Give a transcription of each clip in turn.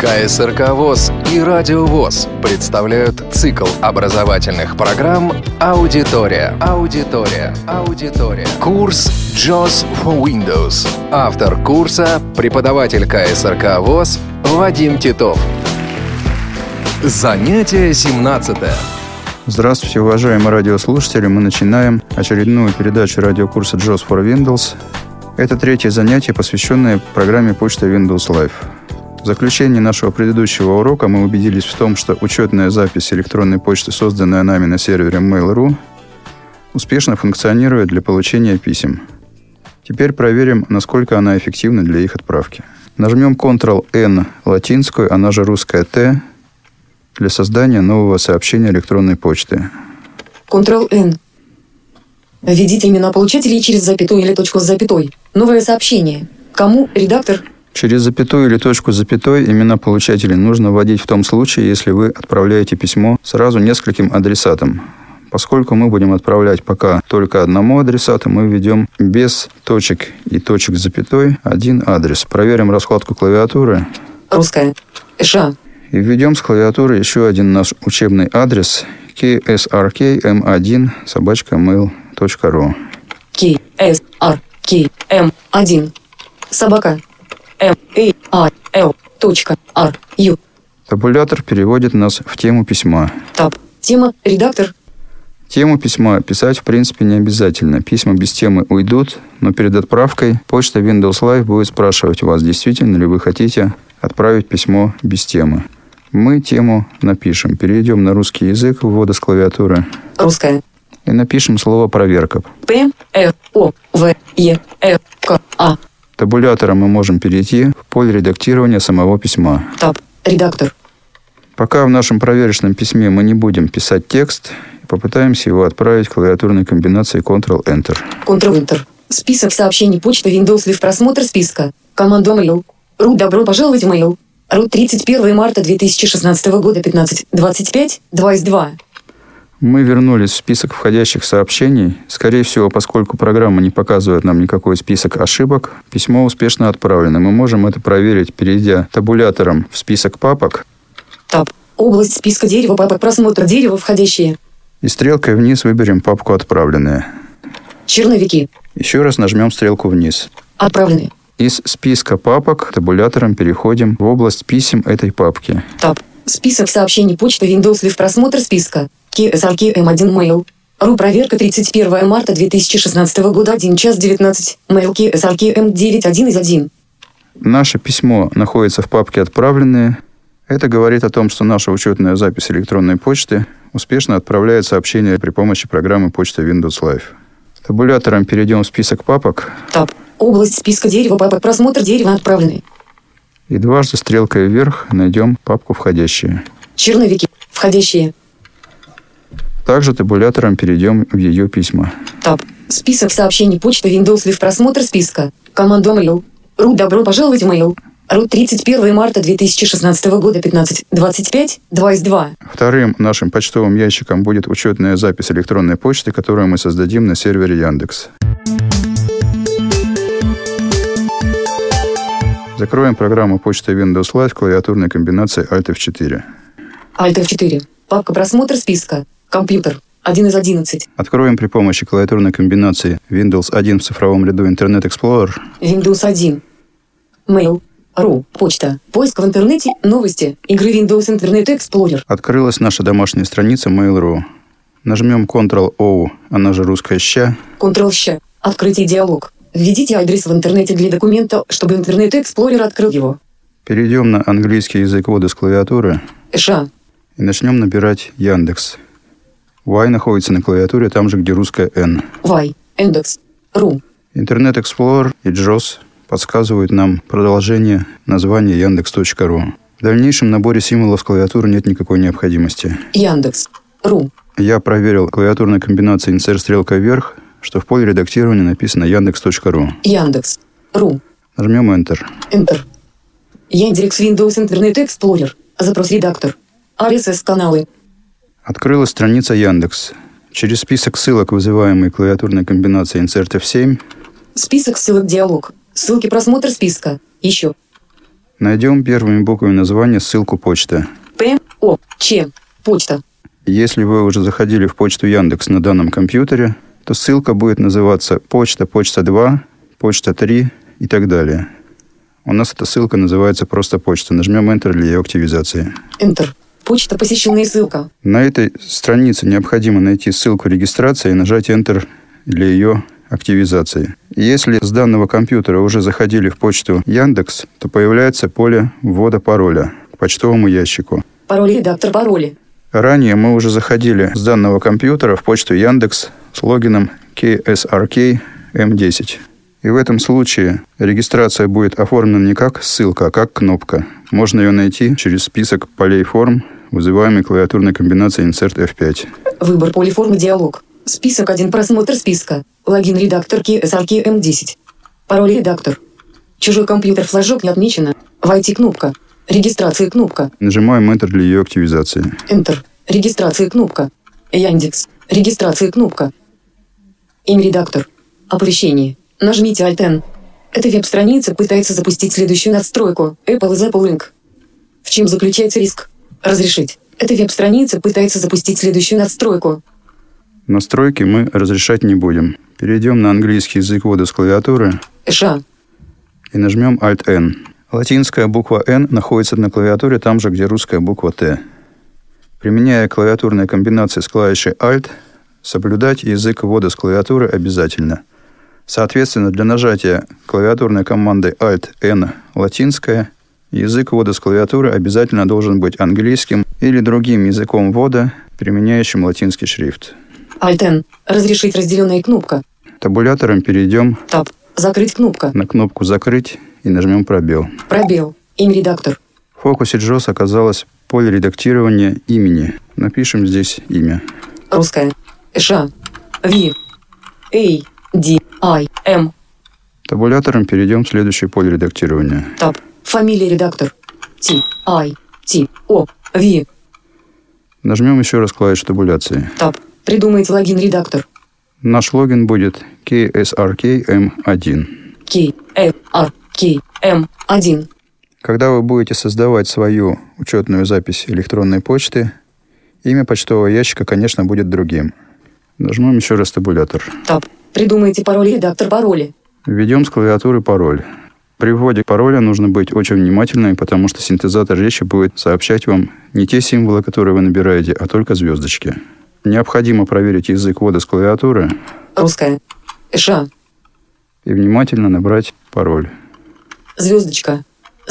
КСРК ВОС и Радио ВОС представляют цикл образовательных программ «Аудитория». Курс JAWS for Windows. Автор курса – преподаватель КСРК ВОС Вадим Титов. Занятие 17. Здравствуйте, уважаемые радиослушатели. Мы начинаем очередную передачу радиокурса JAWS for Windows. Это третье занятие, посвященное программе почты Windows Live. В заключении нашего предыдущего урока мы убедились в том, что учетная запись электронной почты, созданная нами на сервере Mail.ru, успешно функционирует для получения писем. Теперь проверим, насколько она эффективна для их отправки. Нажмем Ctrl-N латинскую, она же русская Т, для создания нового сообщения электронной почты. Ctrl-N. Введите имена получателей через запятую или точку с запятой. Новое сообщение. Кому? Редактор. Через запятую или точку с запятой имена получателей нужно вводить в том случае, если вы отправляете письмо сразу нескольким адресатам. Поскольку мы будем отправлять пока только одному адресату, мы введем без точек и точек с запятой один адрес. Проверим раскладку клавиатуры. Русская. ША. И введем с клавиатуры еще один наш учебный адрес ksrkm1@mail.ru. ksrkm1 mail.ru. Табулятор переводит нас в тему письма. Таб. Тема. Редактор. Тему письма писать в принципе не обязательно. Письма без темы уйдут, но перед отправкой почта Windows Live будет спрашивать вас, действительно ли вы хотите отправить письмо без темы. Мы тему напишем. Перейдем на русский язык ввода с клавиатуры. Русская. И напишем слово «проверка». P-R-O-V-E-R-K-A. Табулятором мы можем перейти в поле редактирования самого письма. Таб. Редактор. Пока в нашем проверочном письме мы не будем писать текст, попытаемся его отправить клавиатурной комбинацией Ctrl-Enter. Ctrl-Enter. Список сообщений почты Windows Live. Просмотр списка. Команда Mail. РУ. Добро пожаловать в Mail. РУ. 31 марта 2016 года, 15:25, 2 из 2. Мы вернулись в список входящих сообщений. Скорее всего, поскольку программа не показывает нам никакой список ошибок, письмо успешно отправлено. Мы можем это проверить, перейдя табулятором в список папок. Таб. Область списка дерева папок. Просмотр дерева. Входящие. И стрелкой вниз выберем папку «Отправленные». Черновики. Еще раз нажмем стрелку вниз. Отправленные. Из списка папок табулятором переходим в область писем этой папки. Таб. Список сообщений почты Windows Live. Просмотр списка. KSRKM1 Mail. РУ. Проверка 31 марта 2016 года, 1 час 19. Mail KSRKM9 1 из 1. Наше письмо находится в папке «Отправленные». Это говорит о том, что наша учетная запись электронной почты успешно отправляет сообщения при помощи программы почты Windows Live. Табулятором перейдем в список папок. Таб. Область списка дерева папок. Просмотр дерева. Отправленные. И дважды стрелкой вверх найдем папку «Входящие». Черновики. Входящие. Также табулятором перейдем в ее письма. Таб. Список сообщений почты Windows Live. Просмотр списка. Команда Mail. РУ. Добро пожаловать в Mail. РУ. 31 марта 2016 года, 15:25, 2 из 2. Вторым нашим почтовым ящиком будет учетная запись электронной почты, которую мы создадим на сервере Яндекс. Закроем программу почты Windows Live клавиатурной комбинацией Alt F4. Alt F4. Папка «Просмотр списка». Компьютер. 1 из 11. Откроем при помощи клавиатурной комбинации Windows 1 в цифровом ряду Internet Explorer. Windows 1. Mail. РУ. Почта. Поиск в интернете. Новости. Игры Windows Internet Explorer. Открылась наша домашняя страница Mail.ru. Нажмем Ctrl-O, она же русская «ща». Ctrl-щ. Открытие диалог. Введите адрес в интернете для документа, чтобы Internet Explorer открыл его. Перейдем на английский язык ввода с клавиатуры. ША. И начнем набирать Яндекс. Y находится на клавиатуре там же, где русская N. Y. Индекс. РУ. Internet Explorer и JAWS подсказывают нам продолжение названия Яндекс.ру. В дальнейшем наборе символов клавиатуры нет никакой необходимости. Яндекс. РУ. Я проверил клавиатурной комбинацией insert стрелка вверх, что в поле редактирования написано Яндекс.ру. Яндекс. РУ. Нажмем Enter. Enter. Яндекс Windows Internet Explorer. Запрос редактор. RSS-каналы. Открылась страница Яндекс. Через список ссылок, вызываемый клавиатурной комбинацией Insert F7. Список ссылок диалог. Ссылки просмотр списка. Еще. Найдем первыми буквами названия ссылку почты. П-О-Ч. Почта. Если вы уже заходили в почту Яндекс на данном компьютере, то ссылка будет называться почта, почта 2, почта 3 и так далее. У нас эта ссылка называется просто почта. Нажмем Enter для ее активизации. Enter. Почта посещенная ссылка. На этой странице необходимо найти ссылку регистрации и нажать Enter для ее активизации. Если с данного компьютера уже заходили в почту Яндекс, то появляется поле ввода пароля к почтовому ящику. Пароль редактор пароля. Ранее мы уже заходили с данного компьютера в почту Яндекс с логином KSRK-M10. И в этом случае регистрация будет оформлена не как ссылка, а как кнопка. Можно ее найти через список полей форм, вызываемый клавиатурной комбинацией Insert F5. Выбор полей формы диалог. Список 1. Просмотр списка. Логин редактор KSRK-M10. Пароль редактор. Чужой компьютер флажок не отмечено. Войти кнопка. Регистрация кнопка. Нажимаем Enter для ее активизации. Enter. Регистрация кнопка. Яндекс. Регистрация кнопка. Имя редактор. Оповещение. Нажмите Alt-N. Эта веб-страница пытается запустить следующую надстройку. Apple is Apple Inc. В чем заключается риск? Разрешить. Эта веб-страница пытается запустить следующую надстройку. Настройки мы разрешать не будем. Перейдем на английский язык ввода с клавиатуры. США. И нажмем Alt-N. Латинская буква N находится на клавиатуре там же, где русская буква T. Применяя клавиатурные комбинации с клавишей Alt, соблюдать язык ввода с клавиатуры обязательно. Соответственно, для нажатия клавиатурной команды Alt-N латинская, язык ввода с клавиатуры обязательно должен быть английским или другим языком ввода, применяющим латинский шрифт. Alt-N. Разрешить разделенная кнопка. Табулятором перейдем Таб. Закрыть кнопка. на кнопку «Закрыть» и нажмем пробел. Пробел. Имя редактор. В фокусе JAWS оказалось поле редактирования имени. Напишем здесь имя. Русская. США. V. A. D. I. M. Табулятором перейдем в следующее поле редактирования. Таб. Фамилия редактор. T. I. T. O. V. Нажмем еще раз клавишу табуляции. Таб. Придумать логин редактор. Наш логин будет KSRK-M1. K. F. R. K. M. 1. Когда вы будете создавать свою учетную запись электронной почты, имя почтового ящика, конечно, будет другим. Нажмем еще раз табулятор. Таб. Придумайте пароль редактор пароля. Введем с клавиатуры пароль. При вводе пароля нужно быть очень внимательным, потому что синтезатор речи будет сообщать вам не те символы, которые вы набираете, а только звездочки. Необходимо проверить язык ввода с клавиатуры. Русская. США. И внимательно набрать пароль. Звездочка.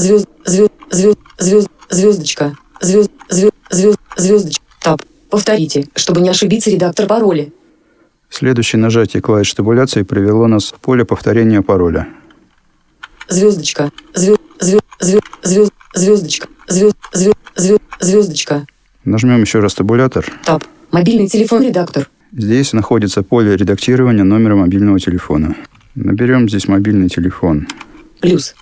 Звездочка. Звездочка. Таб. Повторите, чтобы не ошибиться редактор пароля. Следующее нажатие клавиши табуляции привело нас в поле повторения пароля. Звездочка. Звездочка. Звездочка. Нажмем еще раз табулятор. Таб. Мобильный телефон редактор. Здесь находится поле редактирования номера мобильного телефона. Наберем здесь мобильный телефон. Плюс.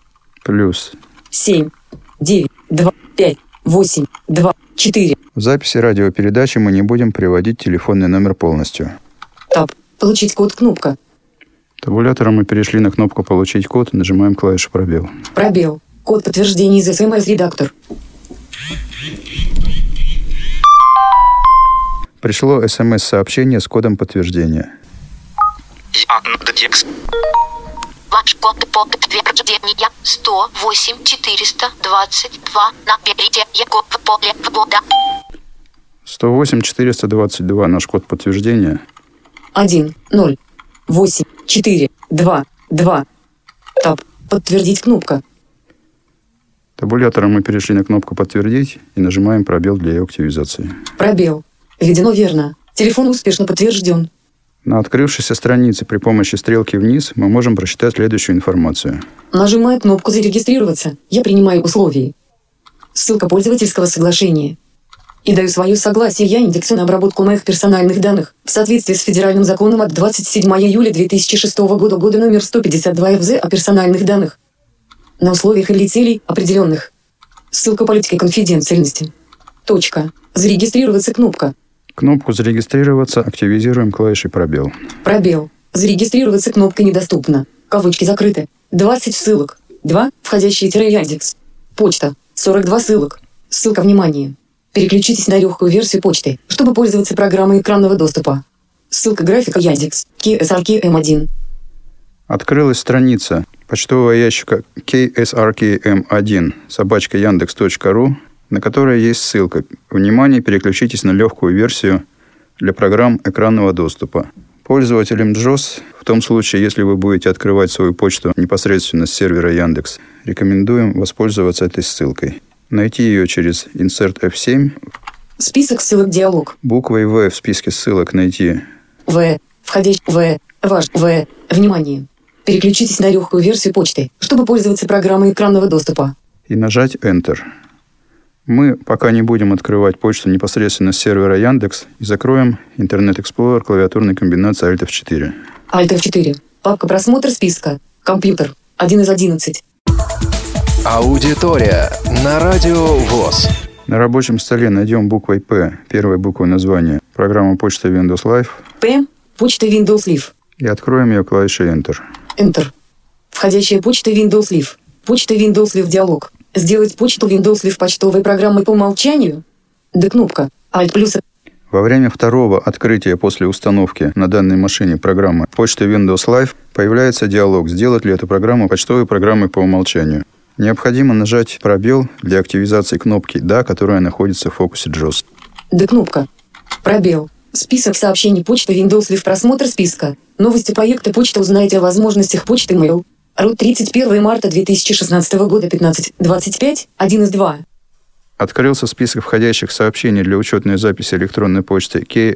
7, 9, 2, 5, 8, 2, 4. В записи радиопередачи мы не будем приводить телефонный номер полностью. Таб. Получить код кнопка. Табулятором мы перешли на кнопку «Получить код», нажимаем клавишу «Пробел». Пробел. Код подтверждения из SMS редактор. Пришло СМС-сообщение с кодом подтверждения. Ваш код подтверждения 108 422. Наберите код в поле ввода. 108 422 наш код подтверждения. 1, 0, 8, 4, 2, 2. Таб. Подтвердить кнопка. Табулятором мы перешли на кнопку «Подтвердить» и нажимаем пробел для ее активизации. Пробел. Введено верно. Телефон успешно подтвержден. На открывшейся странице при помощи стрелки вниз мы можем прочитать следующую информацию. Нажимаю кнопку «Зарегистрироваться». Я принимаю условия. Ссылка пользовательского соглашения. И даю свое согласие Яндексу на обработку моих персональных данных в соответствии с федеральным законом от 27 июля 2006 года номер 152 ФЗ о персональных данных. На условиях или целей определенных. Ссылка политики конфиденциальности. Точка. Зарегистрироваться кнопка. Кнопку «Зарегистрироваться» активизируем клавишей «Пробел». Пробел. Зарегистрироваться кнопка недоступна. Кавычки закрыты. 20 ссылок. 2. Входящие Яндекс. Почта. 42 ссылок. Ссылка внимание. Переключитесь на легкую версию почты, чтобы пользоваться программой экранного доступа. Ссылка графика Яндекс. KSRKM1. Открылась страница почтового ящика KSRKM1 @yandex.ru, на которой есть ссылка. Внимание, переключитесь на легкую версию для программ экранного доступа. Пользователям JOS, в том случае, если вы будете открывать свою почту непосредственно с сервера Яндекс, рекомендуем воспользоваться этой ссылкой. Найти ее через Insert F7. Список ссылок диалог. Буквой В в списке ссылок найти В. Входящий. В. Ваш. В. Внимание. Переключитесь на легкую версию почты, чтобы пользоваться программой экранного доступа. и нажать Enter. Мы пока не будем открывать почту непосредственно с сервера Яндекс и закроем Internet Explorer клавиатурной комбинацией Alt F4. Alt F4. Папка просмотр списка. Компьютер. 1 из 11. Аудитория на Радио ВОС. На рабочем столе найдем буквой П, первой буквой названия, программу почты Windows Live. П. Почта Windows Live. И откроем ее клавишей Enter. Enter. Входящая почта Windows Live. Почта Windows Live диалог. Сделать почту Windows Live почтовой программой по умолчанию. Д кнопка. Alt плюс. Во время второго открытия после установки на данной машине программы почты Windows Live появляется диалог, сделать ли эту программу почтовой программой по умолчанию. Необходимо нажать пробел для активизации кнопки «Да», которая находится в фокусе JOS. Д кнопка. Пробел. Список сообщений почты Windows Live. Просмотр списка. Новости проекта почта. Узнаете о возможностях почты Mail. РУ 31 марта 2016 года 15:25. 1 из 2. Открылся список входящих сообщений для учетной записи электронной почты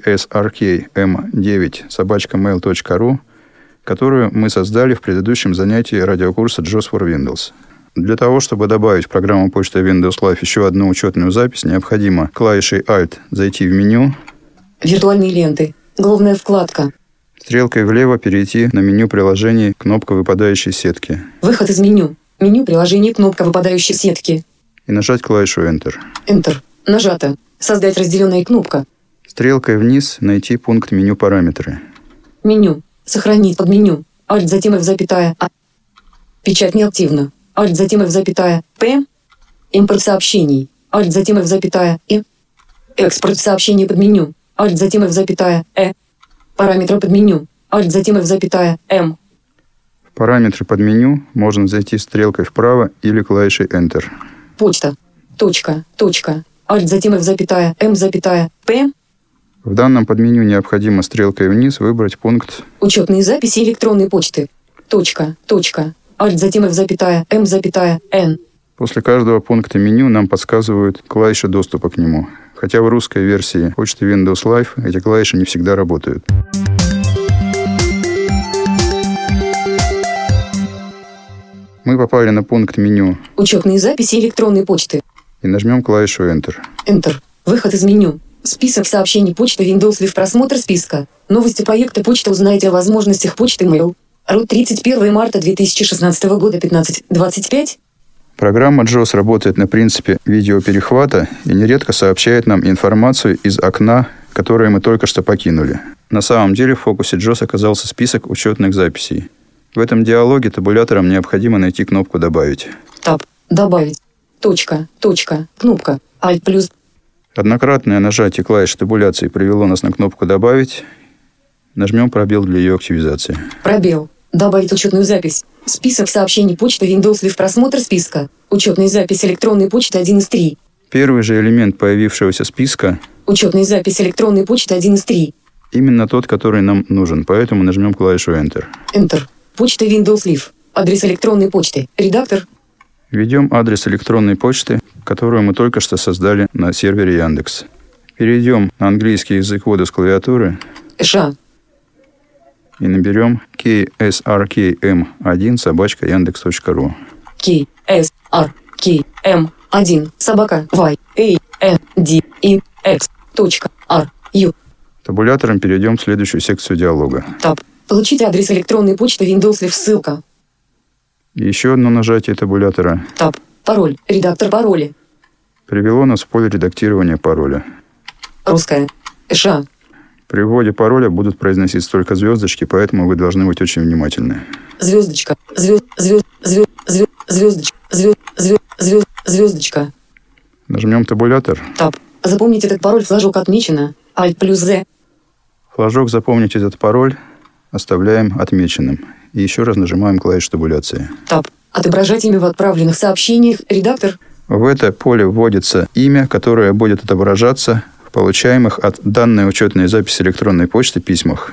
ksrkm9@mail.ru, которую мы создали в предыдущем занятии радиокурса JOS for Windows. Для того, чтобы добавить в программу почты Windows Live еще одну учетную запись, необходимо клавишей Alt зайти в меню, Виртуальные ленты. Главная вкладка. стрелкой влево перейти на меню приложений, кнопка выпадающей сетки Выход из меню. Меню приложения. Кнопка выпадающей сетки. и нажать клавишу Enter. Enter. Нажато. Создать разделенная кнопка. Стрелкой вниз найти пункт меню параметры. Меню. Сохранить под меню. Alt затем F запятая А. Печать неактивна. Alt затем F запятая П. Импорт сообщений. Alt затем F запятая И. Экспорт сообщений под меню. Alt затем F запятая Э. Параметры под меню. Alt затем F запятая М. В параметры под меню можно зайти стрелкой вправо или клавишей Enter. Почта. Точка. Alt затем F запятая М запятая П. В данном подменю необходимо стрелкой вниз выбрать пункт Учетные записи электронной почты. Точка. Alt затем F запятая М запятая Н. После каждого пункта меню нам подсказывают клавиши доступа к нему. Хотя в русской версии почты Windows Live эти клавиши не всегда работают. Мы попали на пункт меню Учетные записи электронной почты. и нажмем клавишу Enter. Enter. Выход из меню. Список сообщений почты Windows Live. Просмотр списка. Новости проекта почта. Узнаете о возможностях почты Mail. РУ 31 марта 2016 года 15:25. Программа JOS работает на принципе видеоперехвата и нередко сообщает нам информацию из окна, которое мы только что покинули. На самом деле в фокусе JOS оказался список учетных записей. В этом диалоге табуляторам необходимо найти кнопку «Добавить». Таб. Добавить. Точка. Кнопка. Alt плюс. Однократное нажатие клавиши табуляции привело нас на кнопку «Добавить». Нажмем пробел для ее активизации. Пробел. Добавить учетную запись. Список сообщений почты Windows Live. Просмотр списка. Учетная запись электронной почты 1 из 3. Первый же элемент появившегося списка Учетная запись электронной почты 1 из 3. именно тот, который нам нужен, поэтому нажмем клавишу Enter. Enter. Почта Windows Live. Адрес электронной почты. Редактор. Введем адрес электронной почты, которую мы только что создали на сервере Яндекс. Перейдем на английский язык ввода с клавиатуры ША. и наберем ksrkm1@yandex.ru. KSRKM1 YANDEX.RU. Табулятором перейдем в следующую секцию диалога. Таб. Получить адрес электронной почты Windows Live. Ссылка. И еще одно нажатие табулятора Таб. Пароль. Редактор пароля. привело нас в поле редактирования пароля. Русская. ША. При вводе пароля будут произноситься только звездочки, поэтому вы должны быть очень внимательны. Звездочка. Звездочка. Нажмем табулятор. Таб. Запомнить этот пароль, флажок отмечено. Alt плюс Z. Флажок «Запомнить этот пароль» оставляем отмеченным. И еще раз нажимаем клавишу табуляции. Таб. Отображать имя в отправленных сообщениях. Редактор. В это поле вводится имя, которое будет отображаться в получаемых от данной учетной записи электронной почты письмах.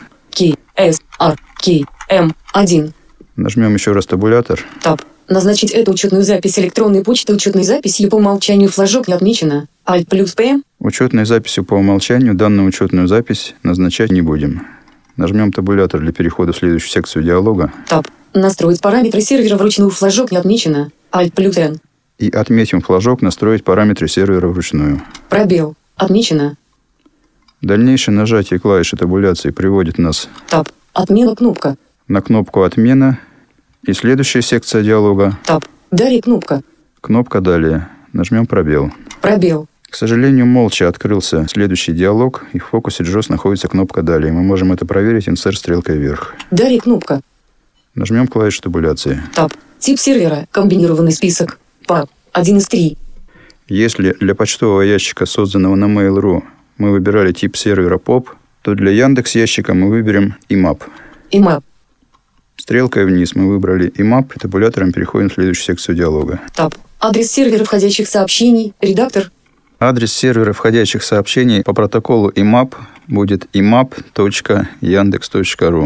KSRKM1. Нажмем еще раз табулятор. Таб. Назначить эту учетную запись электронной почты учетной записью по умолчанию, флажок не отмечено. Alt плюс P. Учетной записью по умолчанию данную учетную запись назначать не будем. Нажмем табулятор для перехода в следующую секцию диалога. Таб. Настроить параметры сервера вручную, флажок не отмечено. Alt плюс N. И отметим флажок «Настроить параметры сервера вручную». Пробел. Отмечено. Дальнейшее нажатие клавиши табуляции приводит нас Таб. Отмена кнопка. на кнопку «Отмена». И следующая секция диалога. Таб. Далее кнопка. Кнопка «Далее». Нажмем пробел. Пробел. К сожалению, молча открылся следующий диалог, и в фокусе JAWS находится кнопка «Далее». Мы можем это проверить инсерт стрелкой вверх. Далее кнопка. Нажмем клавишу табуляции. Таб. Тип сервера. Комбинированный список. PAP. 1 из 3. Если для почтового ящика, созданного на Mail.ru, мы выбирали тип сервера POP, то для Яндекс.Ящика мы выберем IMAP. IMAP. Стрелкой вниз мы выбрали IMAP, и табулятором переходим в следующую секцию диалога. Таб. Адрес сервера входящих сообщений. Редактор. Адрес сервера входящих сообщений по протоколу IMAP будет imap.yandex.ru.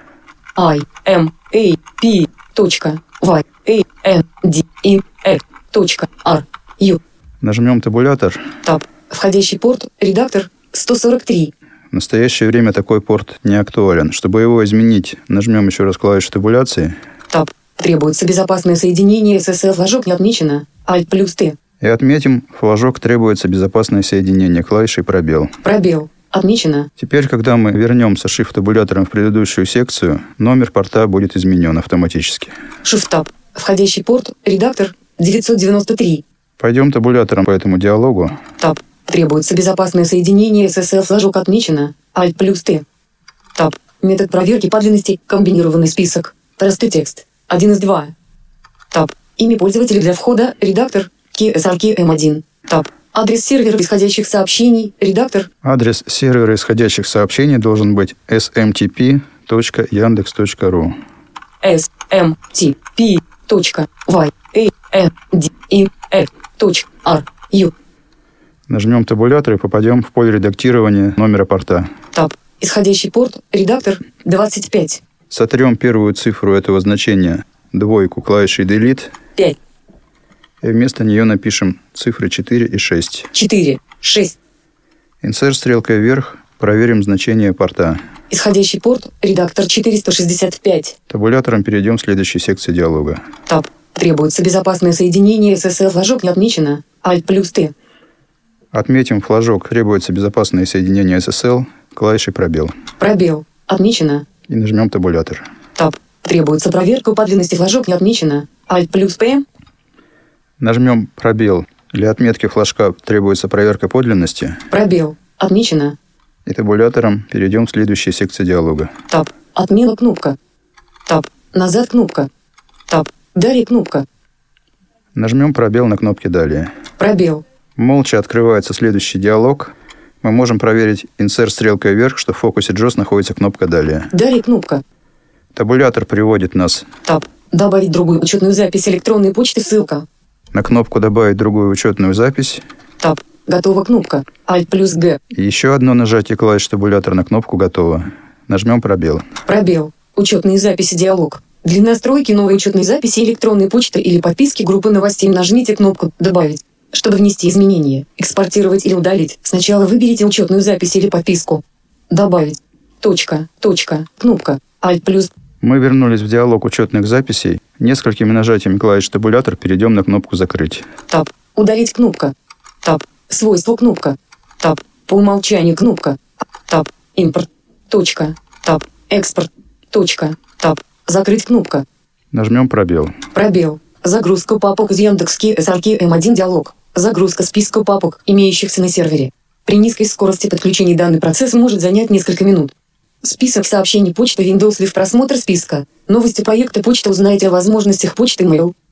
imap.yandef.ru. Нажмем табулятор. Таб. Входящий порт. Редактор. 143. В настоящее время такой порт не актуален. Чтобы его изменить, нажмем еще раз клавишу табуляции. Таб. Требуется безопасное соединение SSL, флажок не отмечено. Alt плюс T. И отметим флажок «Требуется безопасное соединение» клавишей «Пробел». Пробел. Отмечено. Теперь, когда мы вернемся shift-табулятором в предыдущую секцию, номер порта будет изменен автоматически. Shift-таб. Входящий порт. Редактор. 993. Пойдем табулятором по этому диалогу. Таб. Требуется безопасное соединение SSL, флажок отмечено. Alt плюс T. Таб. Метод проверки подлинности. Комбинированный список. Простой текст. 1 из 2. Таб. Имя пользователя для входа. Редактор. KSRKM1. Таб. Адрес сервера исходящих сообщений. Редактор. Адрес сервера исходящих сообщений должен быть smtp.yandex.ru. smtp.yandef.ru. Нажмем табулятор и попадем в поле редактирования номера порта. Таб. Исходящий порт. Редактор. 25. Сотрем первую цифру этого значения, двойку, клавишей Delete. 5. И вместо нее напишем цифры 4 и 6. 4. 6. Инсерт стрелкой вверх. Проверим значение порта. Исходящий порт. Редактор 465. Табулятором перейдем в следующую секцию диалога. Таб. Требуется безопасное соединение SSL, флажок не отмечено. Alt плюс T. Отметим флажок «Требуется безопасное соединение SSL» клавишей «Пробел». Пробел. Отмечено. И нажмем табулятор. Таб. Требуется проверка подлинности, флажок не отмечено. Alt плюс P. Нажмем «Пробел». Для отметки флажка требуется проверка подлинности. Пробел. Отмечено. И табулятором перейдем в следующую секцию диалога. Таб. Отмена кнопка. Таб. Назад кнопка. Таб. Далее кнопка. Нажмем «Пробел» на кнопке «Далее». Пробел. Молча открывается следующий диалог. Мы можем проверить инсерт стрелкой вверх, что в фокусе JAWS находится кнопка «Далее». Далее кнопка. Табулятор приводит нас Таб. Добавить другую учетную запись электронной почты, ссылка. на кнопку «Добавить другую учетную запись». Таб. Готова кнопка. Alt плюс G. И еще одно нажатие клавиши табулятора на кнопку «Готово». Нажмем «Пробел». Пробел. Учетные записи, диалог. Для настройки новой учетной записи электронной почты или подписки группы новостей нажмите кнопку «Добавить». Чтобы внести изменения, экспортировать или удалить, сначала выберите учетную запись или подписку. Добавить. Кнопка. Alt плюс. Мы вернулись в диалог учетных записей. Несколькими нажатиями клавиш табулятор перейдем на кнопку «Закрыть». Таб. Удалить кнопка. Таб. Свойства кнопка. Таб. По умолчанию кнопка. Таб. Импорт. Таб. Экспорт. Таб. Закрыть кнопка. Нажмем «Пробел». Пробел. Загрузка папок из Яндекс.SRKM1 диалог. Загрузка списка папок, имеющихся на сервере. При низкой скорости подключения данный процесс может занять несколько минут. Список сообщений почты Windows Live. Просмотр списка. Новости проекта почта. Узнаете о возможностях почты Mail.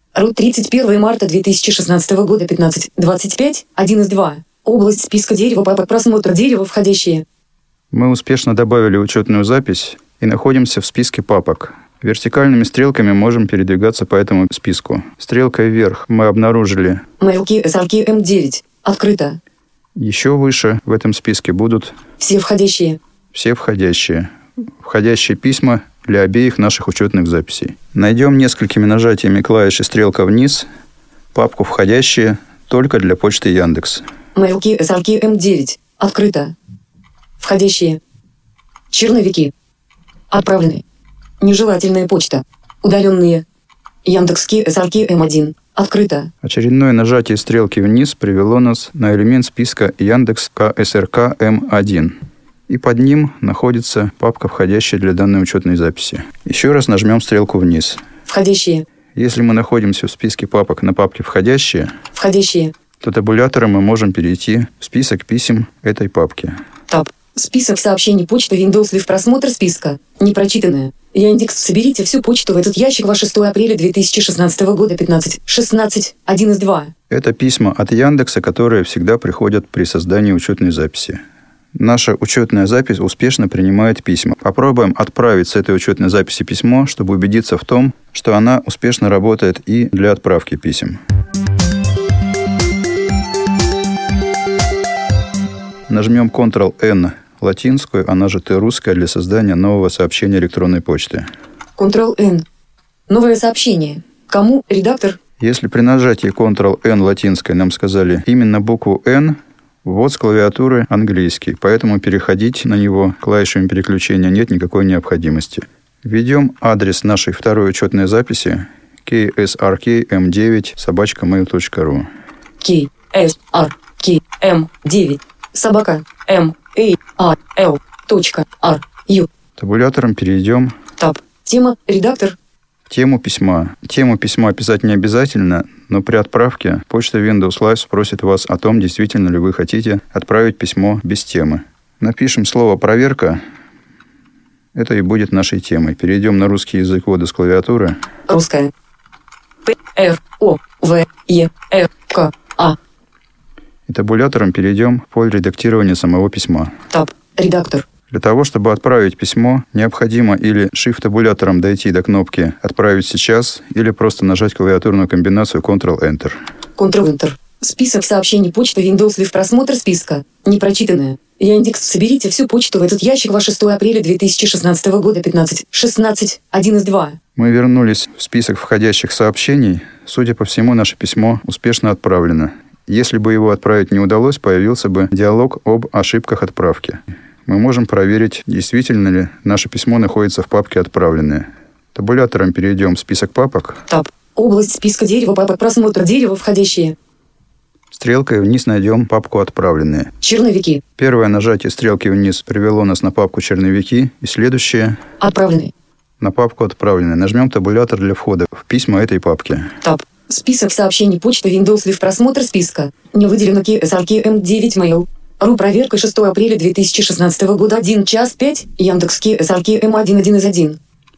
РУ 31 марта 2016 года 15:25, 1 из 2. Область списка дерева, папок просмотр дерева, входящие. Мы успешно добавили учетную запись и находимся в списке папок. Вертикальными стрелками можем передвигаться по этому списку. Стрелкой вверх мы обнаружили Mail.key SRKey M9. Открыто. Еще выше в этом списке будут Все входящие. все входящие. Входящие письма для обеих наших учетных записей. Найдем несколькими нажатиями клавиши стрелка вниз папку «Входящие» только для почты Яндекс. Mail.key SRKey M9. Открыто. Входящие. Черновики. Отправлены. Нежелательная почта. Удаленные. Яндекс.Key SRKey M1. Открыто. Очередное нажатие стрелки вниз привело нас на элемент списка Яндекс КСРК М1. И под ним находится папка, входящая для данной учетной записи. Еще раз нажмем стрелку вниз. Входящие. Если мы находимся в списке папок на папке «Входящие», Входящие. то табулятором мы можем перейти в список писем этой папки. Таб. Список сообщений почты Windows Live. Просмотр списка. Непрочитанное. Яндекс. Соберите всю почту в этот ящик. 6 апреля 2016 года 15:16. 1 из 2. Это письма от Яндекса, которые всегда приходят при создании учетной записи. Наша учетная запись успешно принимает письма. Попробуем отправить с этой учетной записи письмо, чтобы убедиться в том, что она успешно работает и для отправки писем. Нажмем Ctrl-N латинскую, она же Т русская, для создания нового сообщения электронной почты. Ctrl-N. Новое сообщение. Кому? Редактор. Если при нажатии Ctrl-N латинской нам сказали именно букву N, ввод с клавиатуры английский, поэтому переходить на него клавишами переключения нет никакой необходимости. Введем адрес нашей второй учетной записи ksrkm9@mail.ru. ksrkm9 @mail.ru. Табулятором перейдем Таб. Тема. Редактор. в тему письма. Тему письма писать не обязательно, но при отправке почта Windows Live спросит вас о том, действительно ли вы хотите отправить письмо без темы. Напишем слово «проверка». Это и будет нашей темой. Перейдем на русский язык ввода с клавиатуры. Русская. PROVERKA. И табулятором перейдем в поле редактирования самого письма. Таб. Редактор. Для того, чтобы отправить письмо, необходимо или Shift-табулятором дойти до кнопки «Отправить сейчас», или просто нажать клавиатурную комбинацию Ctrl-Enter. Ctrl-Enter. Список сообщений почты Windows Live. Просмотр списка. Непрочитанное. Яндекс. Соберите всю почту в этот ящик. 6 апреля 2016 года 15:16. 1 из 2. Мы вернулись в список входящих сообщений. Судя по всему, наше письмо успешно отправлено. Если бы его отправить не удалось, появился бы диалог об ошибках отправки. Мы можем проверить, действительно ли наше письмо находится в папке «Отправленные». Табулятором перейдем в список папок. Таб. Область списка дерева, папок просмотр дерева, входящие. Стрелкой вниз найдем папку «Отправленные». Черновики. Первое нажатие стрелки вниз привело нас на папку «Черновики», и следующее Отправлены. на папку «Отправленные». Нажмем табулятор для входа в письма этой папки. Таб. Список сообщений почты Windows Live. Просмотр списка. Не выделено SRKey M9 Mail. РУ проверка 6 апреля 2016 года 1 час 5. Яндекс.Key SRKey M1 1 из 1.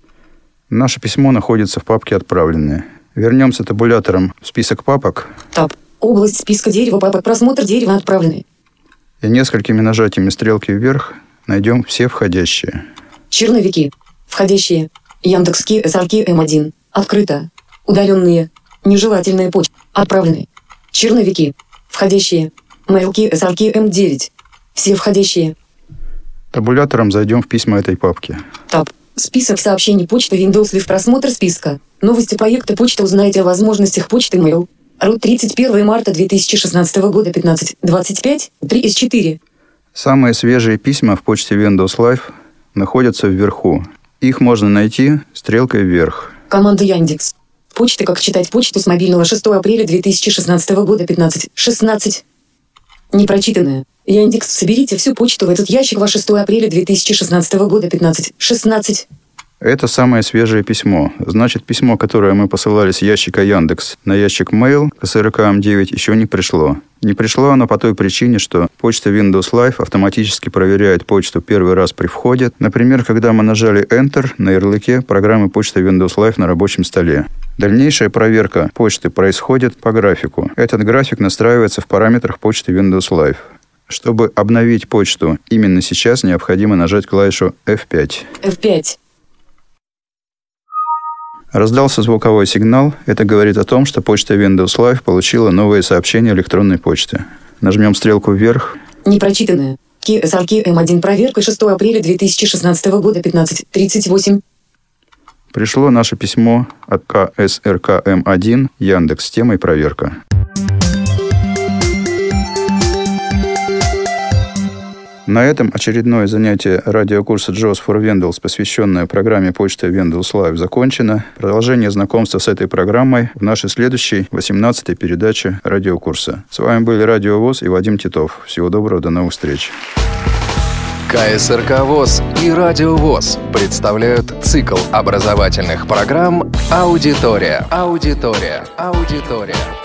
Наше письмо находится в папке «Отправленные». Вернемся табулятором в список папок. Таб. Область списка дерева, папок просмотр дерева, отправлены. И несколькими нажатиями стрелки вверх найдем все входящие. Черновики. Входящие. Яндекс.Key SRKey M1. Открыто. Удаленные. Нежелательная почта. Отправлены. Черновики. Входящие. Mail.key SRKey M9. Все входящие. Табулятором зайдем в письма этой папки. Таб. Список сообщений почты Windows Live. Просмотр списка. Новости проекта почты. Узнаете о возможностях почты Mail. РУ 31 марта 2016 года 15:25. 3 из 4. Самые свежие письма в почте Windows Live находятся вверху. Их можно найти стрелкой вверх. Команда Яндекс. Почта. Как читать почту с мобильного. 6 апреля 2016 года 15:16. Непрочитанное. Яндекс. Соберите всю почту в этот ящик. 6 апреля 2016 года 15:16. Это самое свежее письмо. Значит, письмо, которое мы посылали с ящика Яндекс на ящик Mail КСРК М9, еще не пришло. Не пришло оно по той причине, что почта Windows Live автоматически проверяет почту первый раз при входе. Например, когда мы нажали Enter на ярлыке программы почта Windows Live на рабочем столе. Дальнейшая проверка почты происходит по графику. Этот график настраивается в параметрах почты Windows Live. Чтобы обновить почту именно сейчас, необходимо нажать клавишу F5. F5. Раздался звуковой сигнал. Это говорит о том, что почта Windows Live получила новые сообщения электронной почты. Нажмем стрелку вверх. Непрочитанное. KSRK M1 проверка 6 апреля 2016 года 15:38. Пришло наше письмо от КСРК М1 Яндекс с темой «Проверка». На этом очередное занятие радиокурса JAWS for Windows, посвященное программе почты Windows Live, закончено. Продолжение знакомства с этой программой в нашей следующей 18-й передаче радиокурса. С вами были Радио ВОС и Вадим Титов. Всего доброго, до новых встреч. КСРК ВОС и Радио ВОС представляют цикл образовательных программ «Аудитория».